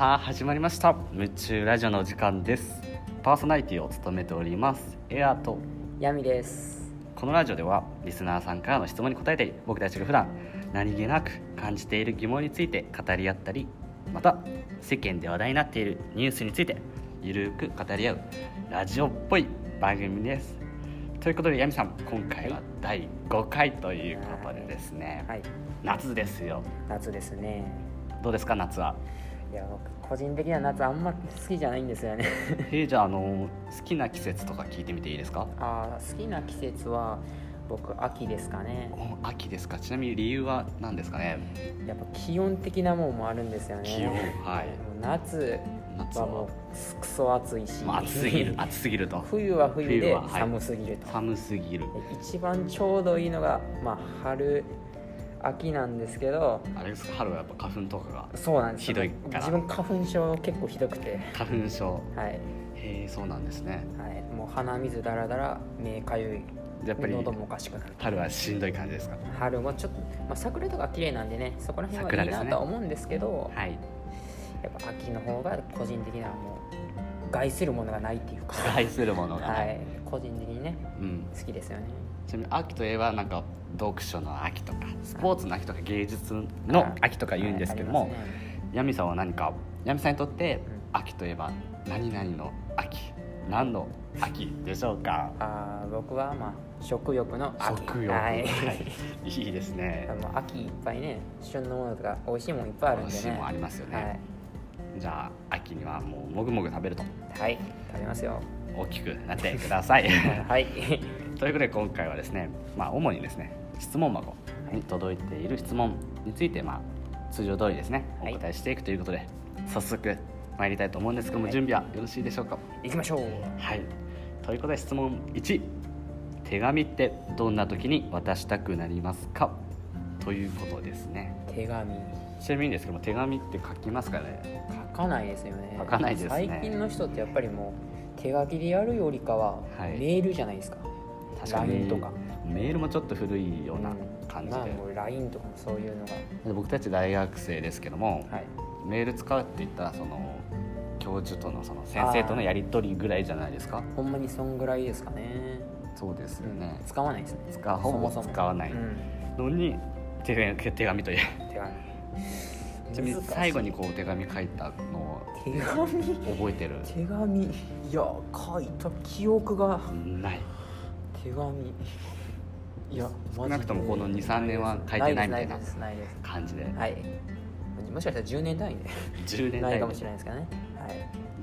さあ始まりました、夢中ラジオのお時間です。パーソナリティを務めておりますエアとヤミです。 このラジオではリスナーさんからの質問に答えたり、僕たちが普段何気なく感じている疑問について語り合ったり、また世間で話題になっているニュースについてゆるく語り合うラジオっぽい番組です。ということでヤミさん、今回は第5回ということでですね、 はい、 夏ですよ。 夏ですね。 どうですか夏は。 いや、僕個人的には夏あんま好きじゃないんですよねじゃあ好きな季節とか聞いてみていいですか。 好きな季節は僕秋ですかね。 秋ですか。ちなみに理由は何ですかね。 やっぱ気温的なもんもあるんですよね。 気温、はい。 夏はもうクソ暑いし、 暑すぎると。 冬は冬で寒すぎると、 寒すぎる。 一番ちょうどいいのが、春秋なんですけど、 あれですか、春はやっぱ花粉とかがそうなんですひどいから。 自分花粉症結構ひどくて。 花粉症、 はい。 そうなんですね。 はい、もう鼻水だらだら、目かゆい、 やっぱり喉もおかしくなる。 春はしんどい感じですか。 春もちょっと、桜とか綺麗なんでね、そこら辺はいいなとは思うんですけど、 はい、 やっぱ秋の方が個人的にはもう害するものがないっていうか、 害するものがない、 はい、個人的にね、好きですよね。 ちなみに秋といえばなんか読書の秋とかスポーツの秋とか芸術の秋とか言うんですけども、ヤミさんは何か、ヤミさんにとって秋といえば何々の秋、何の秋でしょうか。 僕は食欲の秋。 食欲、はい、いいですね。 秋いっぱいね、旬のものとか美味しいものいっぱいあるんでね。 美味しいものありますよね、はい。じゃあ秋にはもうもぐもぐ食べると。 はい、食べますよ。 大きくなってくださいはいということで今回はですね、主にですね、質問箱に届いている質問について、通常通りですね、お答えしていくということで、早速参りたいと思うんですけども、準備はよろしいでしょうか。 行きましょう。 はい、ということで質問1、手紙ってどんな時に渡したくなりますか、ということですね。 手紙、 ちなみにですけども、手紙って書きますかね。 書かないですよね。 書かないですね。 最近の人ってやっぱりもう手書きでやるよりかはメールじゃないですか。 確かに LINE とか。 メールもちょっと古いような感じで、 もう LINE とかもそういうのが。 僕たち大学生ですけども、メール使うって言ったらその教授との、その先生とのやり取りぐらいじゃないですか。 ほんまにそんぐらいですかね。 そうですよね、 使わないですね。 ほぼ使わないのに、手紙という手紙。 ちなみに最後にこう手紙書いたのを覚えてる。 手紙、いや書いた記憶がない。 手紙、いや少なくともこの 2,3 年は書いてないみたいな感じで、 はい、もしかしたら10年単位で 10年ないかもしれないですけどね。はい、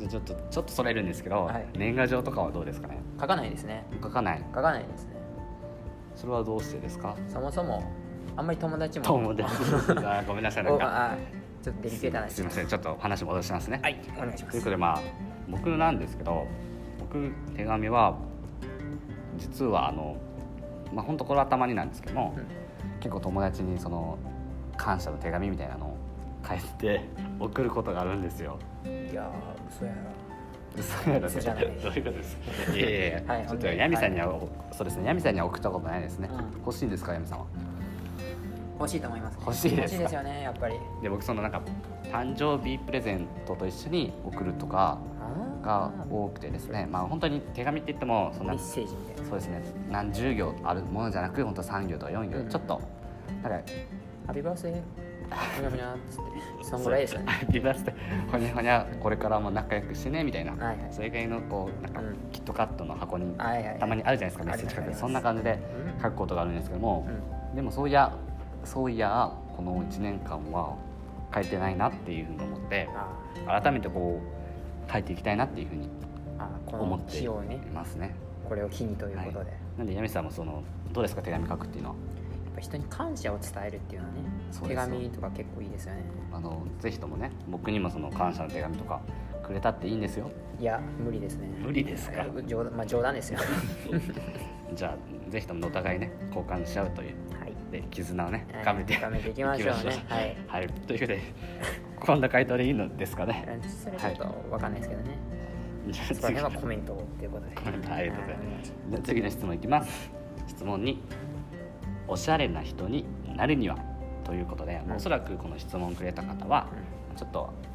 ちょっとそれるんですけど、年賀状とかはどうですかね。 書かないですね。 書かないですね。それはどうしてですか。 そもそもあんまり友達ごめんなさい、なんかちょっとデリケートなすいません、ちょっと話戻しますね。 はい、お願いします。 ということで僕なんですけど、僕手紙は実は本当これはたまになんですけども、結構友達にその感謝の手紙みたいなのを書いて送ることがあるんですよ。 いや嘘やろ。嘘じゃない。どういうことですか。いやちょっとヤミさんには、そうですね、ヤミさんには送ったことないですね。欲しいんですか、ヤミさんは。 欲しいと思います。 欲しいですよね、やっぱり。 で、僕そのなんか誕生日プレゼントと一緒に送るとかが多くてですね、本当に手紙って言ってもそんなメッセージみたいな。 そうですね、何十行あるものじゃなく、本当3行とか4行、ちょっとなんかハッピーバースデーほにゃほにゃっつってそんぐらいですよね。 ハッピーバースデーほにゃほにゃ、これからも仲良くしてねみたいな、それぐらいのこうなんかキットカットの箱にたまにあるじゃないですか、メッセージ書く。そんな感じで書くことがあるんですけども、でもそういやこの1年間は書いてないなっていうふうに思って、改めてこう書いていきたいなっていうふうに思っていますね。 これを機にということで、 なんでヤミさんもどうですか、手紙書くっていうのは。 やっぱ人に感謝を伝えるっていうのはね、手紙とか結構いいですよね。 ぜひともね、僕にもその感謝の手紙とかくれたっていいんですよ。 いや無理ですね。 無理ですか。 冗談ですよじゃあぜひともお互いね、交換し合うという、で絆をね深めていきましょうね。 はい、ということでこんな回答でいいのですかね。 それちょっと分かんないですけどね。それはコメントということで。 ありがとうございます。じゃあ次の質問いきます。質問2、おしゃれな人になるには、ということで、おそらくこの質問をくれた方はちょっと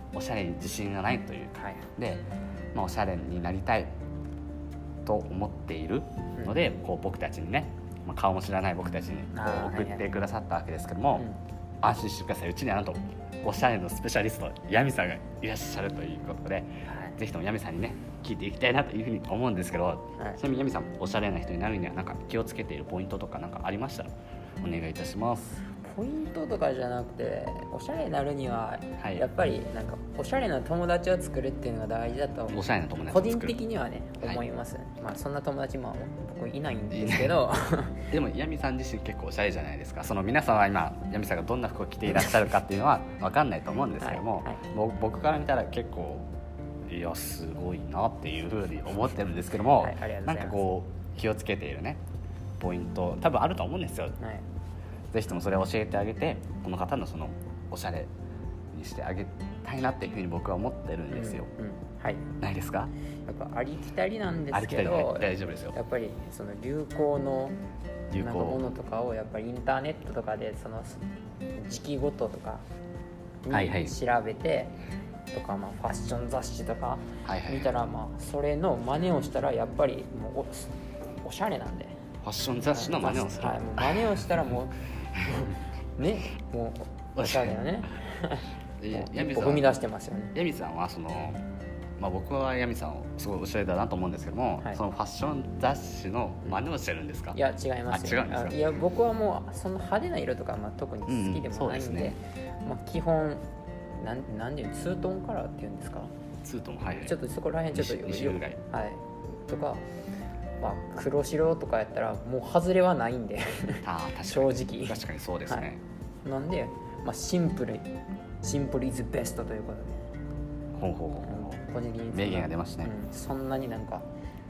おしゃれに自信がないというか、で、おしゃれになりたいと思っているので、こう僕たちにね、顔も知らない僕たちにこう送ってくださったわけですけども、安心してください。うちにはなんとおしゃれのスペシャリストヤミさんがいらっしゃるということで、ぜひともヤミさんにね聞いていきたいなというふうに思うんですけど、ちなみにヤミさん、おしゃれな人になるにはなんか気をつけているポイントとかなんかありましたらお願いいたします。 ポイントとかじゃなくて、おしゃれになるにはやっぱりなんかおしゃれな友達を作るっていうのが大事だとおしゃれな友達個人的にはね思います。そんな友達も僕いないんですけどでもヤミさん自身結構おしゃれじゃないですか。その皆さんは今ヤミさんがどんな服を着ていらっしゃるかっていうのは分かんないと思うんですけども、僕から見たら結構いやすごいなっていうふうに思ってるんですけども、なんかこう気をつけているねポイント多分あると思うんですよ。ぜひともそれを教えてあげて、この方のそのおしゃれにしてあげたいなっていうふうに僕は思ってるんですよ。ないですか？ やっぱありきたりなんですけど、 大丈夫ですよ。 やっぱりその流行のなんかものとかをやっぱりインターネットとかでその時期ごととかに調べてとか、ファッション雑誌とか見たら、それの真似をしたらやっぱりもう おしゃれなんで、 ファッション雑誌の真似をする、 真似をしたらもうね、もうおしゃれなね一歩踏み出してますよね。 ヤミさんはその、僕はヤミさんをすごいおしゃれだなと思うんですけども、そのファッション雑誌の真似をしてるんですか？ いや違いますよ。 違うんですか？ いや僕はもうその派手な色とか、特に好きでもないんで、基本なんでツートンカラーっていうんですか？ ツートン、 ちょっとそこら辺ちょっと 2種類ぐらい、 とか、黒白とかやったらもう外れはないんで正直確かにそうですね。 なんで、シンプルイズベストということで。個人的に名言が出ましたね。 そんなになんか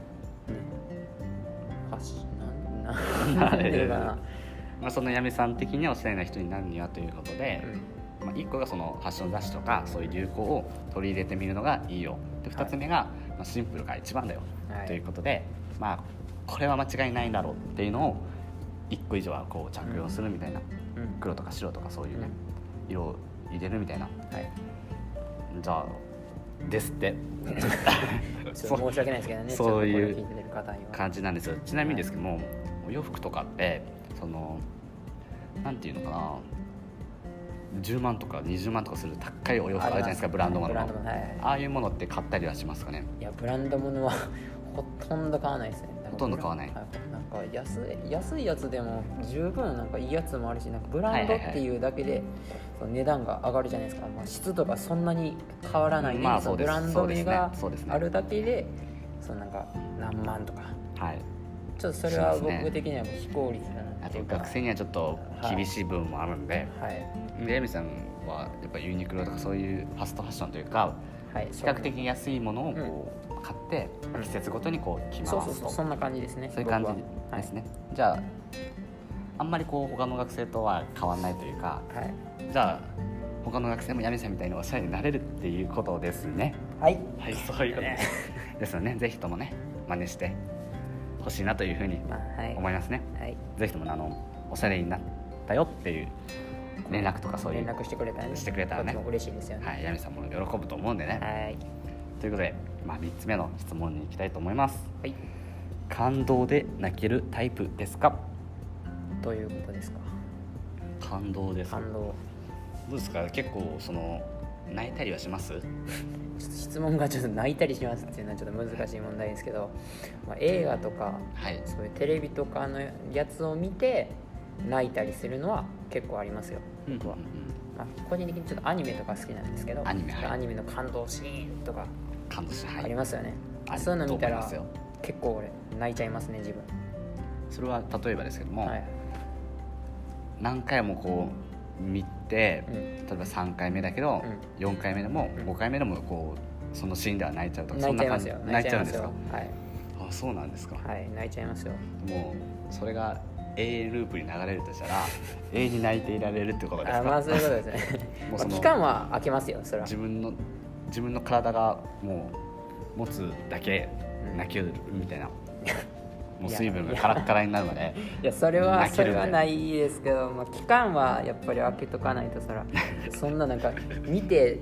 なんていうかな。 そのヤミさん的にはおしゃれな人になるにはということで、1個がそのファッション雑誌とかそういう流行を取り入れてみるのがいいよ。で2つ目が、シンプルが一番だよ、ということで、これは間違いないだろうっていうのを1個以上はこう着用するみたいな、黒とか白とかそういうね、色を入れるみたいな、じゃあですって申し訳ないですけどね、 そういう感じなんですよ。ちなみにですけども、お洋服とかってそのなんていうのかな、10万とか20万とかする高いお洋服あるじゃないですか、ブランド物の、ああいうものって買ったりはしますかね？ いやブランド物はほとんど買わないですね。 ほとんど買わない。 なんか安いやつでも十分なんかいいやつもあるし、なんかブランドっていうだけで値段が上がるじゃないですか。質とかそんなに変わらないのに、ブランド名があるだけでなんか何万とか、ちょっとそれは僕的には非効率だなっていうか、 学生にはちょっと厳しい部分もあるんで、ヤミさんはやっぱユニクロとかそういうファストファッションというか、比較的安いものをこう買って季節ごとにこう着回すと、 そんな感じですね。 そういう感じですね。じゃああんまりこう他の学生とは変わらないというか、じゃあ他の学生もヤミさんみたいにおしゃれになれるっていうことですね。そういうことですよね。ぜひともね真似してほしいなというふうに思いますね。ぜひともおしゃれになったよっていう連絡とかそういう連絡してくれたらね嬉しいですよね。 ヤミさんも喜ぶと思うんでね。ということで、3つ目の質問に行きたいと思います。感動で泣けるタイプですか？ どういうことですか？ 感動です。どうですか？結構泣いたりはします？ 質問がちょっと泣いたりしますっていうのはちょっと難しい問題ですけど、映画とか、そういうテレビとかのやつを見て泣いたりするのは結構ありますよ、僕は。個人的にちょっとアニメとか好きなんですけど、アニメの感動シーンとかありますよね。そういうの見たら結構俺泣いちゃいますね、自分。 それは例えばですけども、何回もこう見て、例えば3回目だけど、4回目でも5回目でもこうそのシーンでは泣いちゃうとか、 泣いちゃいますよ。 泣いちゃうんですか？そうなんですか。 泣いちゃいますよ。 もうそれが永遠ループに流れるとしたら永遠に泣いていられるってことですか？ そういうことですね。期間は空けますよ、それは。 自分の体がもう持つだけ泣けるみたいなもう水分がカラッカラになるまでいやそれはないですけど、まあ、期間はやっぱり空けとかないとそんななんか見て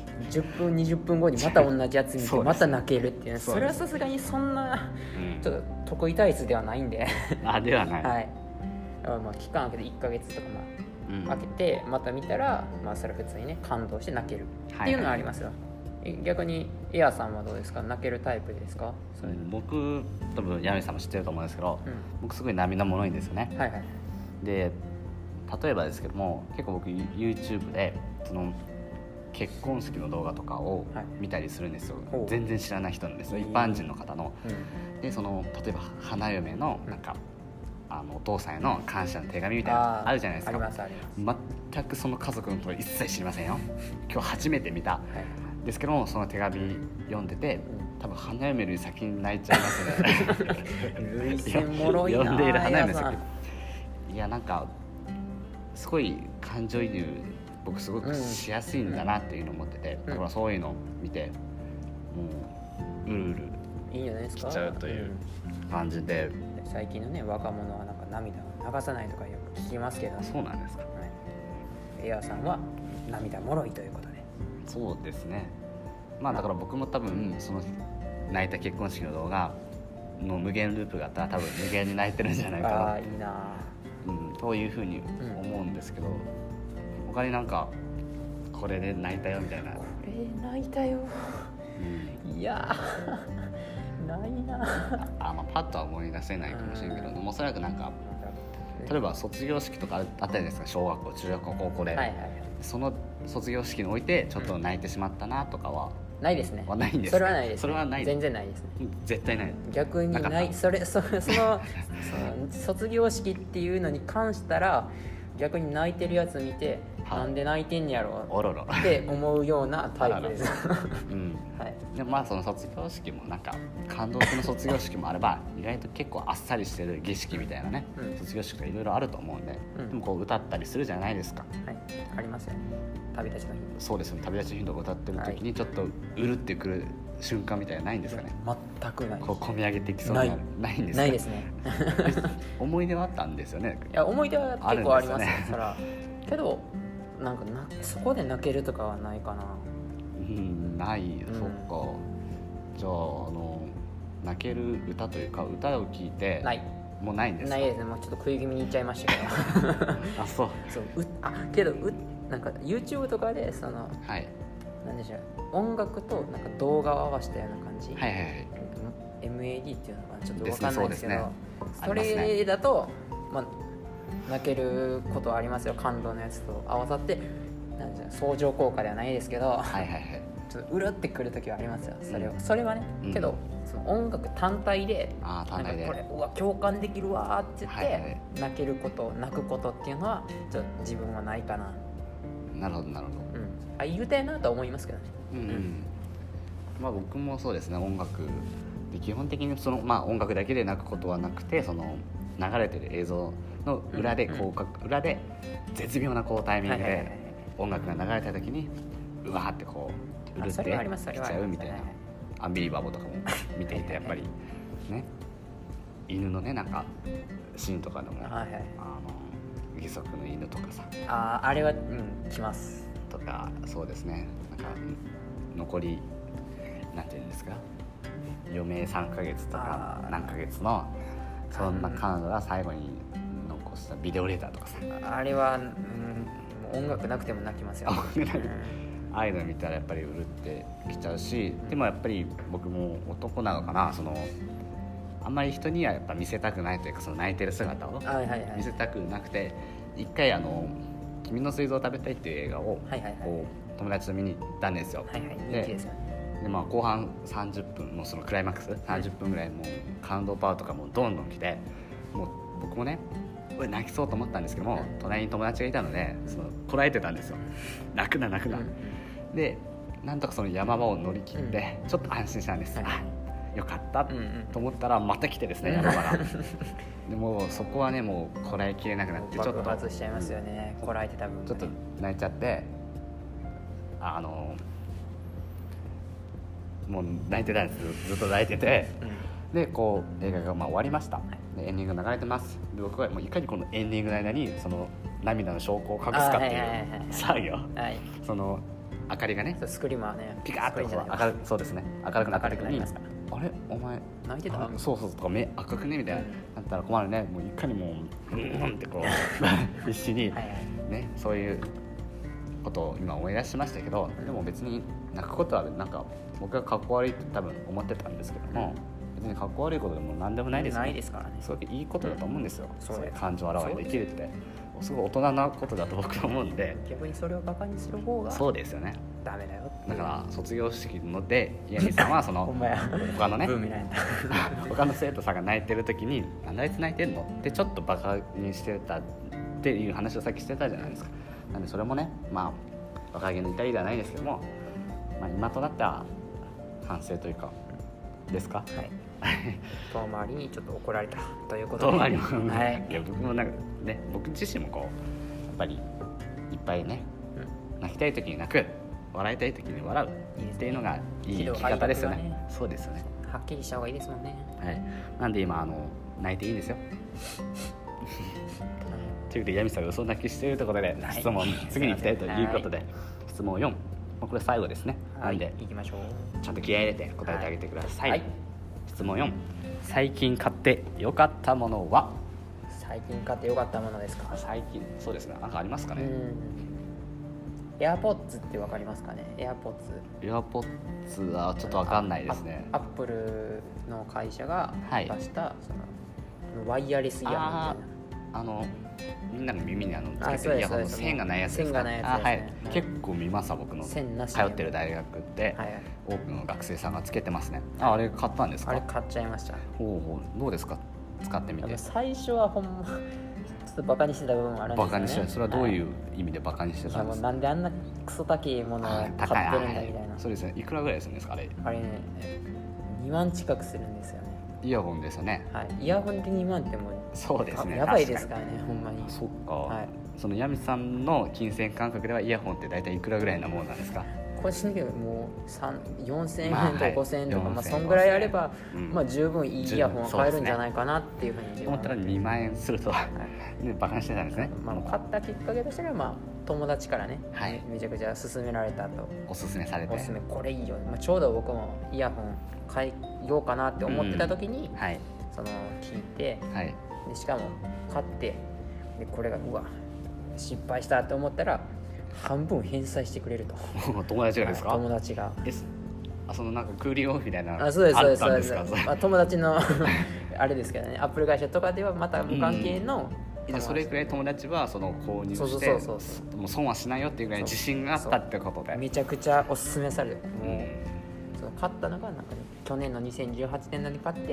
10分20分後にまた同じやつ見てまた泣けるっていう、それはさすがにそんなちょっと得意体質ではないんでではない、 はい、まあ期間空けて1ヶ月とか空けてまた見たら、まあ、それは普通にね感動して泣けるっていうのはありますよ、逆にエアさんはどうですか？泣けるタイプですか？ 僕多分ヤミさんも知ってると思うんですけど、僕すごい涙もろいんですよね、で例えばですけども、結構僕 YouTube でその結婚式の動画とかを見たりするんですよ、全然知らない人なんですよ、一般人の方の、でその例えば花嫁のなんか、お父さんへの感謝の手紙みたいなのあるじゃないですか。全くその家族のこと一切知りませんよ。今日初めて見た、ですけども、その手紙読んでて多分花嫁より先に泣いちゃいますね読んでいる花嫁先、いやなんかすごい感情移入僕すごくしやすいんだなっていうのを思ってて、だからそういうのを見てもううるうるきちゃうという感じで、 最近のね若者はなんか涙を流さないとかよく聞きますけど、 そうなんですか、 エアさんは涙もろいということで。 そうですね、まあだから僕も多分その泣いた結婚式の動画の無限ループがあったら多分無限に泣いてるんじゃないかな、 いいな、 というふうに思うんですけど、他になんかこれで泣いたよみたいな、 これ泣いたよ、いやないなまあパッとは思い出せないかもしれんけど、おそらくなんか例えば卒業式とかあったじゃないですか、小学校中学校高校で、その卒業式においてちょっと泣いてしまったなとかは、 ないですね。 ないんです。 それはないです、ね。 それはない。 全然ないですね。 絶対ない。 逆にない。その卒業式っていうのに関したら逆に泣いてるやつ見て、なんで泣いてんやろって思うようなタイプです。 でもまあその卒業式もなんか感動的な卒業式もあれば意外と結構あっさりしてる儀式みたいなね、卒業式がいろいろあると思うんで、でもこう歌ったりするじゃないですか。 ありますよね。旅立ちの日。 そうですね。旅立ちの日とか歌ってる時にちょっとうるってくる瞬間みたいなのないんですかね。 全くない。 こう込み上げてきそうなないんですか。 ないですね。 思い出はあったんですよね。 いや思い出は結構ありますよ。そらけどなんかそこで泣けるとかはないかな。 ない、そっか。じゃあ泣ける歌というか歌を聴いてもうないんですか。 ないですね。もうちょっと食い気味に言っちゃいましたけど。 そうけどなんか YouTube とかでそのなんでしょう、音楽となんか動画を合わせたような感じ、MAD っていうのかな、ちょっと分かんないですけど、それだと泣けることはありますよ。感動のやつと合わさってなんで相乗効果ではないですけど、ちょっとうるってくる時はありますよ。それはね、けどその音楽単体でなんかこれ共感できるわって言って泣けること泣くことっていうのはちょっと自分はないかな。 なるほど。 言うたいなとは思いますけどね。 まあ僕もそうですね。音楽で基本的にその音楽だけで泣くことはなくて、その流れてる映像の裏で裏で絶妙なタイミングで音楽が流れた時にうわーってこううるってきちゃうみたいな。アンビリバボーとかも見ていてやっぱりね、犬のねなんかシーンとかでも義足の犬とかさ、 あれはきますとか、そうですね、なんか残りなんていうんですか、余命3ヶ月とか何ヶ月のそんな彼女が最後に残したビデオレーターとかさ、 あれは、音楽なくても泣きますよ。 ああいうの見たらやっぱりうるってきちゃうし、でもやっぱり僕も男なのかな、あんまり人にはやっぱ見せたくないというか、その泣いてる姿を見せたくなくて、一回君の膵臓を食べたいっていう映画をこう友達と見に行ったんですよ。で後半30分のそのクライマックス30分ぐらいもう感動パワーとかもどんどん来て、もう僕もね泣きそうと思ったんですけども、隣に友達がいたのでこらえてたんですよ。泣くな、でなんとかその山場を乗り切ってちょっと安心したんです。よかったと思ったらまた来てですね、山場が。でもそこはねもうこらえきれなくなってちょっと爆発しちゃいますよね。こらえてた分ちょっと泣いちゃって、もう泣いてたんです。ずっと泣いてて、 でこう映画がまあ終わりました、でエンディング流れてます。で僕はもういかにこのエンディングの間にその涙の証拠を隠すかっていう作業、その明かりがねスクリーマーねピカッと明るく、そうですね、明るくなった時にあれお前泣いてたそうとか目赤くねみたいな、なったら困るね。もういかにもってこう必死にね、そういうことを今思い出しましたけど、でも別に泣くことはなんか僕がかっこ悪いって多分思ってたんですけども、別にかっこ悪いことでも何でもないですね。 ないですからね。 すごくいいことだと思うんですよ、そういう感情を表れできるってすごい大人なことだと僕は思うんで、 逆にそれをバカにする方がそうですよね、 ダメだよ。 だから卒業式のでイヤミさんはその他のね他の生徒さんが泣いてる時になんであいつ泣いてんのってちょっとバカにしてたっていう話をさっきしてたじゃないですか。なんでそれもね、まあ若気の至りではないですけども、まあ、今となっては反省というかですか。 はい遠回りにちょっと怒られたということで、 遠回りも、はい、いや僕もなんかね、僕自身もこうやっぱりいっぱいね、泣きたい時に泣く、笑いたい時に笑うっていうのがいい生き方ですよね。そうですよね。 はっきりした方がいいですもんね。 はい。なんで今泣いていいんですよ。ということでヤミさんが嘘泣きしているところで質問、次に行きたいということで、質問4、これ最後ですね。なんで行きましょう。 ちゃんと気合い入れて答えてあげてください。質問4、最近買って良かったものは？ 最近買って良かったものですか？ 最近、そうですね、なんかありますかね。 エアポッツって分かりますかね。エアポッツはちょっと分かんないですね。 アップルの会社が出したそのワイヤレスイヤホンみたいな、みんなの耳につけてるイヤホンの線がないやつですか。 線がないやつですね。 結構見ますわ。僕の通ってる大学って多くの学生さんがつけてますね。あれ買ったんですか？ あれ買っちゃいました。 どうですか？使ってみて。 最初はほんまちょっとバカにしてた部分もあるんですよね。 バカにしてる。それはどういう意味でバカにしてたんですか？ なんであんなクソ高いものを買ってるんだみたいな。 そうですね。いくらぐらいするんですか？あれね、2万近くするんですよね。 イヤホンですよね。 はい。イヤホンで2万ってもうそうですね。 やばいですからね、ほんまに。 そっか。そのヤミさんの金銭感覚ではイヤホンって大体いくらぐらいなものなんですか？ 個人的にもう4000円とか5000円とか、そんぐらいあれば、十分いいイヤホンを買えるんじゃないかなっていうふうに思ったら2万円するとはバカにしてたんですね。 買ったきっかけとしては、友達からね、めちゃくちゃ勧められたと。 おすすめされて、 これいいよ、ちょうど僕もイヤホン買いようかなって思ってた時に、その聞いて、でしかも買ってでこれが失敗したと思ったら半分返済してくれると。 友達がですか？ 友達がそのなんかクーリングオフみたいなそうです友達のあれですけどね、アップル会社とかではまた無関係の、 それくらい友達はその購入してもう損はしないよっていうぐらい自信があったってことで、 めちゃくちゃおすすめされる。その買ったのがなんか、去年の2018年に買って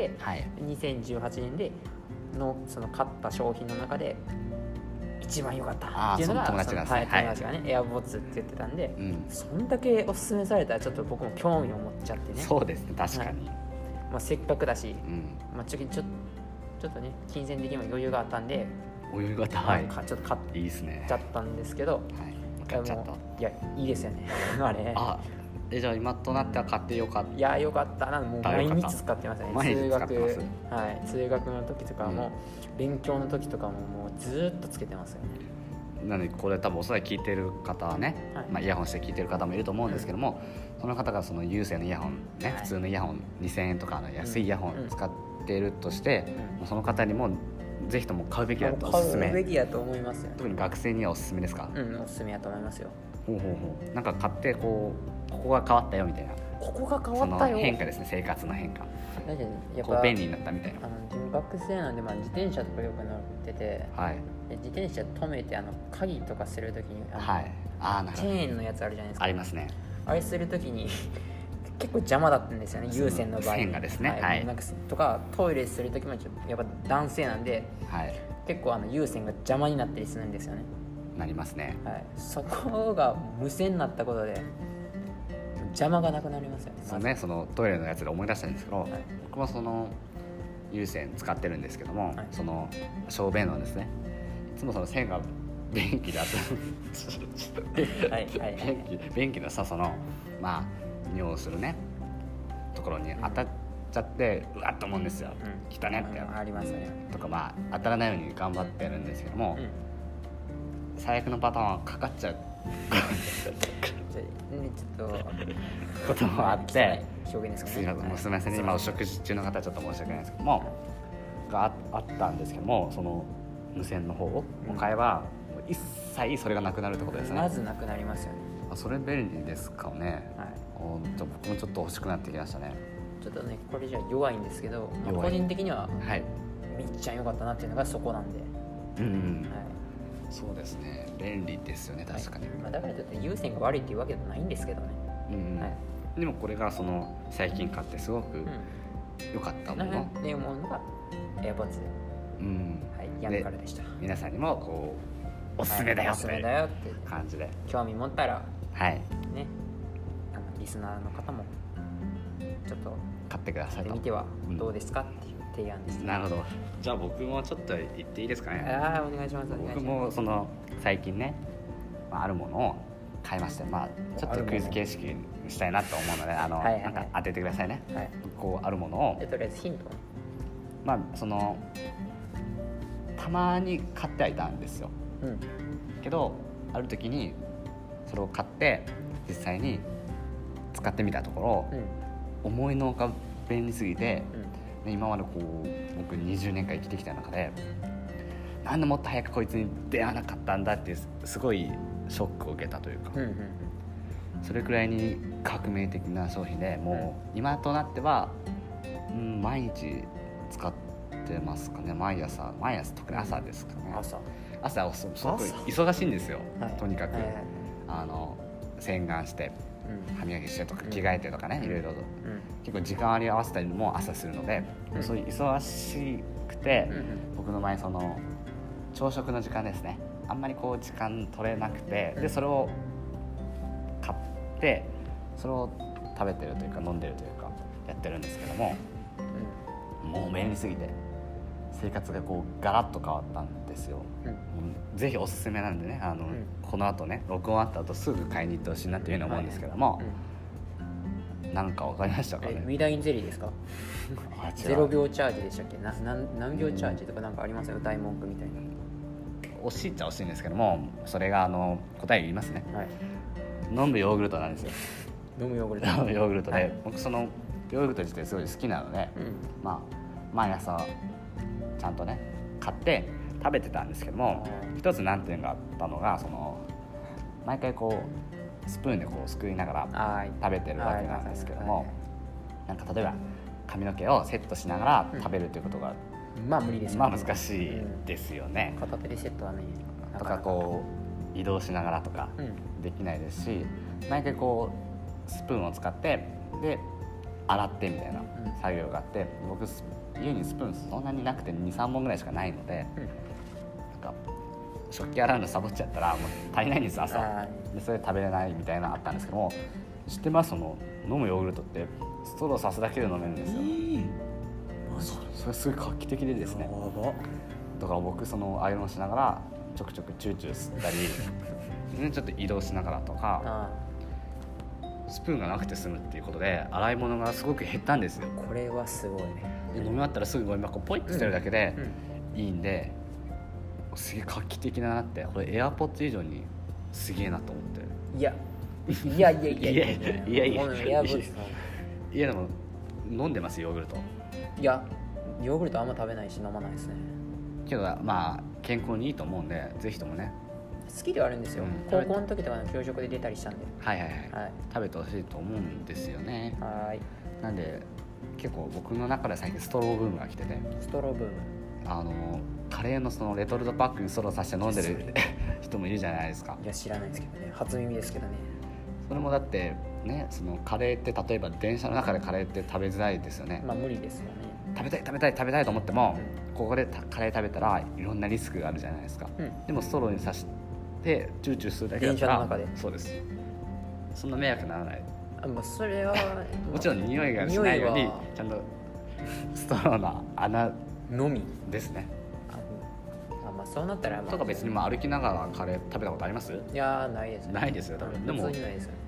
、2018年でのその買った商品の中で一番良かったっていうのが友達がね、エアボッツって言ってたんで、そんだけおすすめされたらちょっと僕も興味を持っちゃってね。 そうですね、確かに、 せっかくだし、ちょっとね金銭的にも余裕があったんで、 余裕があった、 ちょっと買っちゃったんですけど、 買っちゃった。 いや、いいですよねあれ。 じゃあ今となっては買ってよかった。 いや、よかったな。もう毎日使ってますね。通学の時とかも、勉強の時とかももうずっとつけてますよね。 なのでこれ多分おそらく聞いてる方はね、イヤホンして聞いてる方もいると思うんですけども、その方がその有線のイヤホンね、普通のイヤホン2000円とかの安いイヤホン使っているとして、その方にもぜひとも買うべきだとおすすめ。 買うべきだと思いますよね。 特に学生にはおすすめですか？ おすすめだと思いますよ。 なんか買ってここが変わったよみたいな。 ここが変わったよ。 その変化ですね、生活の変化。 やっぱ便利になったみたいな。 学生なんで、自転車とかよく乗ってて、自転車止めて鍵とかするときにチェーンのやつあるじゃないですか。 ありますね。 あれするときに結構邪魔だったんですよね、有線の場合。 線がですね。 なんかとかトイレするときもやっぱ男性なんで、結構有線が邪魔になったりするんですよね。 なりますね。 そこが無線になったことで邪魔がなくなりますよね。 そのトイレのやつで思い出したんですけど、僕もその有線使ってるんですけども、その小便のですね、いつもその線が便器だと便器のその尿をするねところに当たっちゃってうわっと思うんですよ、来たねってありますねとか、まあ当たらないように頑張ってるんですけども、最悪のパターンはかかっちゃうちょっとこともあって表現ですかね。 すみませんね、今お食事中の方はちょっと申し訳ないですけども、があったんですけども、その無線の方を買えば一切それがなくなるってことですね。 まずなくなりますよね。 それ便利ですかね。はい、じゃあ僕もちょっと欲しくなってきましたね。 ちょっとねこれじゃ弱いんですけど、個人的にはみっちゃん良かったなっていうのがそこなんで。 うん、はい、そうですね、便利ですよね、確かに。 だからちょっと有線が悪いっていうわけでもないんですけどね。 はい、でもこれがその最近買ってすごく良かったものっていうものが AirPods で、はい、ヤンカルでした。 皆さんにもこうおすすめだよっていう感じで興味持ったら、 はいね、リスナーの方もちょっと買ってくださいと。 見てはどうですかっていう提案です、ね。 なるほど。じゃあ僕もちょっと言っていいですかね。 お願いします。 僕もその最近ね、あるものを買いまして、ちょっとクイズ形式にしたいなと思うので、なんか当ててくださいね。はい、こうあるものをとりあえずヒント。 そのたまに買ってはいたんですよ。けどある時にそれを買って実際に使ってみたところ、思いのほか便利すぎて、今までこう僕20年間生きてきた中で、なんでもっと早くこいつに出会わなかったんだってすごいショックを受けたというか、それくらいに革命的な商品で、もう今となっては、毎日使ってますかね。毎朝特に朝ですかね。朝すごく忙しいんですよ、とにかく、洗顔して歯磨きしてとか着替えてとかね、いろいろと、結構時間割り合わせたりも朝するので、そういう忙しくて、僕の前その朝食の時間ですね、あんまりこう時間取れなくて、でそれを買ってそれを食べてるというか飲んでるというかやってるんですけども、もう便利すぎて生活がこうガラッと変わったんですよ。ぜひおすすめなんでね、この後ね、録音あった後すぐ買いに行ってほしいなというふうに思うんですけども、なんか分かりましたかね。 ウィダインゼリーですか0秒チャージでしたっけ。何秒チャージとかなんかありますよ、歌い文句みたいな。 惜しいっちゃ惜しいんですけども、それが答え言いますね、飲むヨーグルトなんですよ。 飲むヨーグルトで、僕そのヨーグルト自体すごい好きなので、毎朝ちゃんとね買って食べてたんですけども、一つ難点があったのが、その毎回こうスプーンでこうすくいながら食べてるわけなんですけども、なんか例えば髪の毛をセットしながら食べるということが、 無理ですよね。 難しいですよね。 片手でセットはね、 とかこう移動しながらとかできないですし、毎回こうスプーンを使ってで洗ってみたいな作業があって、僕家にスプーンそんなになくて 2,3 本ぐらいしかないので、なんか食器洗うのサボっちゃったらもう足りないんです朝で、それ食べれないみたいなのあったんですけども、知ってます？その飲むヨーグルトってストローさすだけで飲めるんですよ。それすごい画期的でですね、だから僕そのアイロンしながらちょくちょくチューチュー吸ったりちょっと移動しながらとか、スプーンがなくて済むっていうことで洗い物がすごく減ったんですよ。 これはすごいね。 で飲み終わったらすぐゴミ箱ポイッと捨てるだけでいいんで、すげえ画期的だなって、これ AirPods 以上にすげえなと思って。いやでも飲んでますヨーグルト。 いやヨーグルトあんま食べないし飲まないですね。 けど健康にいいと思うんで、ぜひともね。 好きではあるんですよ、高校の時とかの給食で出たりしたんで、 食べてほしいと思うんですよね。なんで結構僕の中で最近ストローブームが来てて。 ストローブーム、 カレーのそのレトルトパックにストローさせて飲んでる人もいるじゃないですか。 いや知らないですけどね、初耳ですけどね。 それもだってね、そのカレーって例えば電車の中でカレーって食べづらいですよね。 無理ですよね。 食べたいと思っても、ここでカレー食べたらいろんなリスクがあるじゃないですか、でもストローに刺してチューチューするだけだったら、 電車の中で。 そうです、そんな迷惑ならない。 それはもちろん匂いがしないようにちゃんとストローの穴のみですね。 そうなったらとか別に歩きながらカレー食べたことあります？ いやないですね。 ないですよ多分。でも普通にないですよね。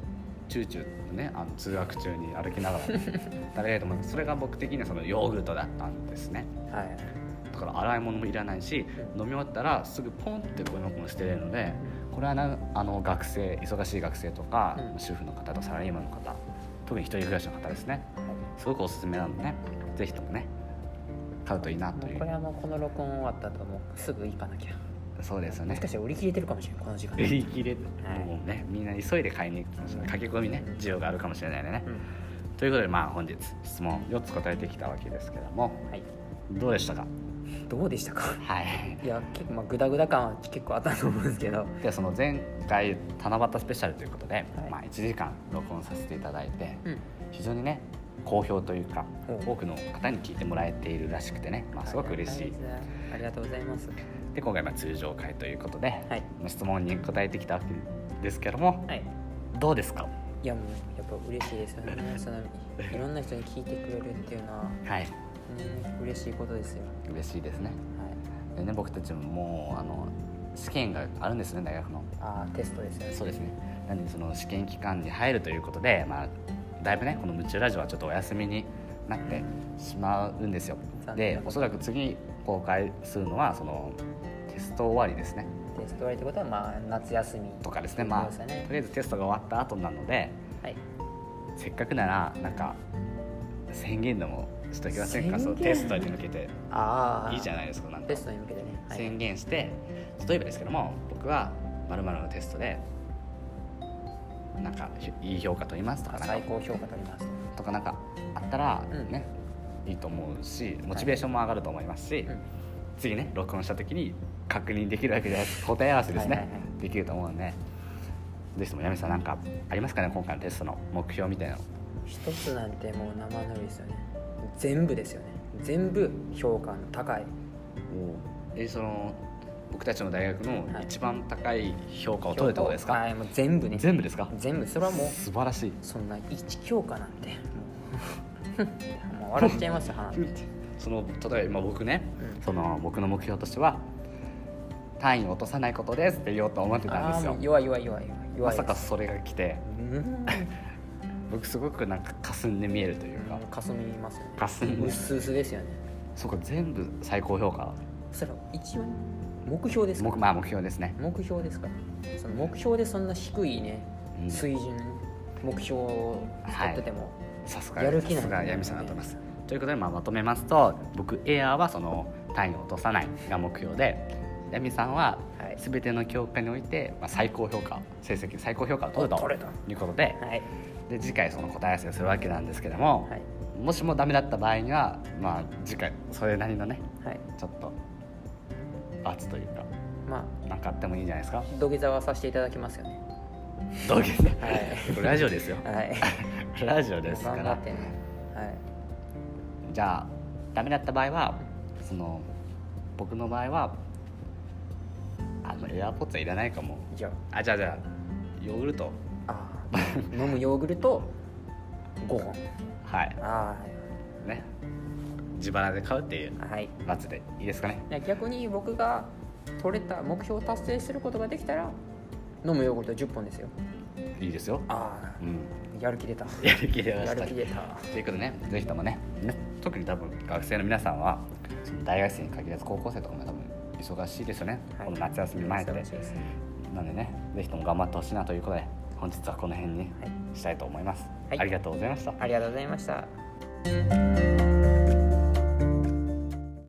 チューチューね通学中に歩きながら食べれると思います。それが僕的にはそのヨーグルトだったんですね、はい、だから洗い物もいらないし、飲み終わったらすぐポンってゴミ箱に捨てれるので、これは学生、忙しい学生とか、主婦の方とサラリーマンの方、特に一人暮らしの方ですね、すごくおすすめなのでね、ぜひともね買うといいなという。 これはもうこの録音終わった後もうすぐ行かなきゃ。 そうですよね。 もしかしたら売り切れてるかもしれない、この時間。 売り切れ、もうね、みんな急いで買いに行くかもしれない、駆け込みね、需要があるかもしれないね、ということで本日質問4つ答えてきたわけですけども、はい、どうでしたか？ どうでしたか？ はい。 いや結構グダグダ感は結構あったと思うんですけど。 でその前回七夕スペシャルということで、1時間録音させていただいて、非常にね好評というか、多くの方に聞いてもらえているらしくてね、すごく嬉しい。 ありがとうございます。 で今回通常回ということで、質問に答えてきたわけですけども、どうですか？ いやもうやっぱ嬉しいですよね。いろんな人に聞いてくれるっていうのは、嬉しいことですよ。 嬉しいですね。でね、僕たちももう試験があるんですね、大学の。 テストですよね。 そうですね。なのでその試験期間に入るということで、だいぶねこの夢中ラジオはちょっとお休みになってしまうんですよ。でおそらく次公開するのはそのテスト終わりですね。 テスト終わりってことは夏休みとかですね。とりあえずテストが終わった後なので、せっかくなら宣言でもしときませんか？そうテストに向けていいじゃないですか。 テストに向けてね、 宣言して、例えばですけども、僕は〇〇のテストでいい評価取りますとか、 最高評価取りますとかあったらね、いいと思うし、モチベーションも上がると思いますし、次ね録音した時に確認できるわけで、答え合わせですね、できると思うので、ぜひとも闇さんありますかね、今回のテストの目標みたいなの。 一つなんてもう生ぬるいですよね。全部ですよね。全部評価の高い。 僕たちの大学の一番高い評価を取るってことですか？ もう全部ね。 全部ですか？ 全部。それはもう素晴らしい。 そんな1評価なんてもう笑っちゃいますよ話。 例えば僕ね、僕の目標としては単位を落とさないことですって言おうと思ってたんですよ。 弱い。 まさかそれが来て僕すごく霞んで見えるというか。 霞みますよね。 霞んで薄々ですよね。 そうか、全部最高評価。 それは一応目標ですか？ 目標ですね。 目標ですか？その目標でそんな低いね、水準目標を作ってても、 さすが闇さんだと思います。ということでまとめますと、僕エアーはその単位を落とさないが目標で、闇さんは全ての教科において最高評価、成績最高評価を取るということで、で次回その答え合わせをするわけなんですけども、もしもダメだった場合には次回それなりのね、ちょっと罰というかあってもいいんじゃないですか。 土下座はさせていただきますよね。 土下座、これラジオですよ。ラジオですから。 頑張ってね。 じゃあダメだった場合は僕の場合はエアポッツはいらないかも。じゃあヨーグルト飲むヨーグルト5本ね、自腹で買うっていう罰でいいですかね。 逆に僕が取れた目標を達成することができたら飲むヨーグルト10本ですよ。 いいですよ。 やる気出た。 やる気出ました。ということでね、ぜひともね、特に多分学生の皆さんは大学生に限らず高校生とかも多分忙しいですよね、この夏休み前で。なのでね、ぜひとも頑張ってほしいなということで、本日はこの辺にしたいと思います。ありがとうございました。 ありがとうございました。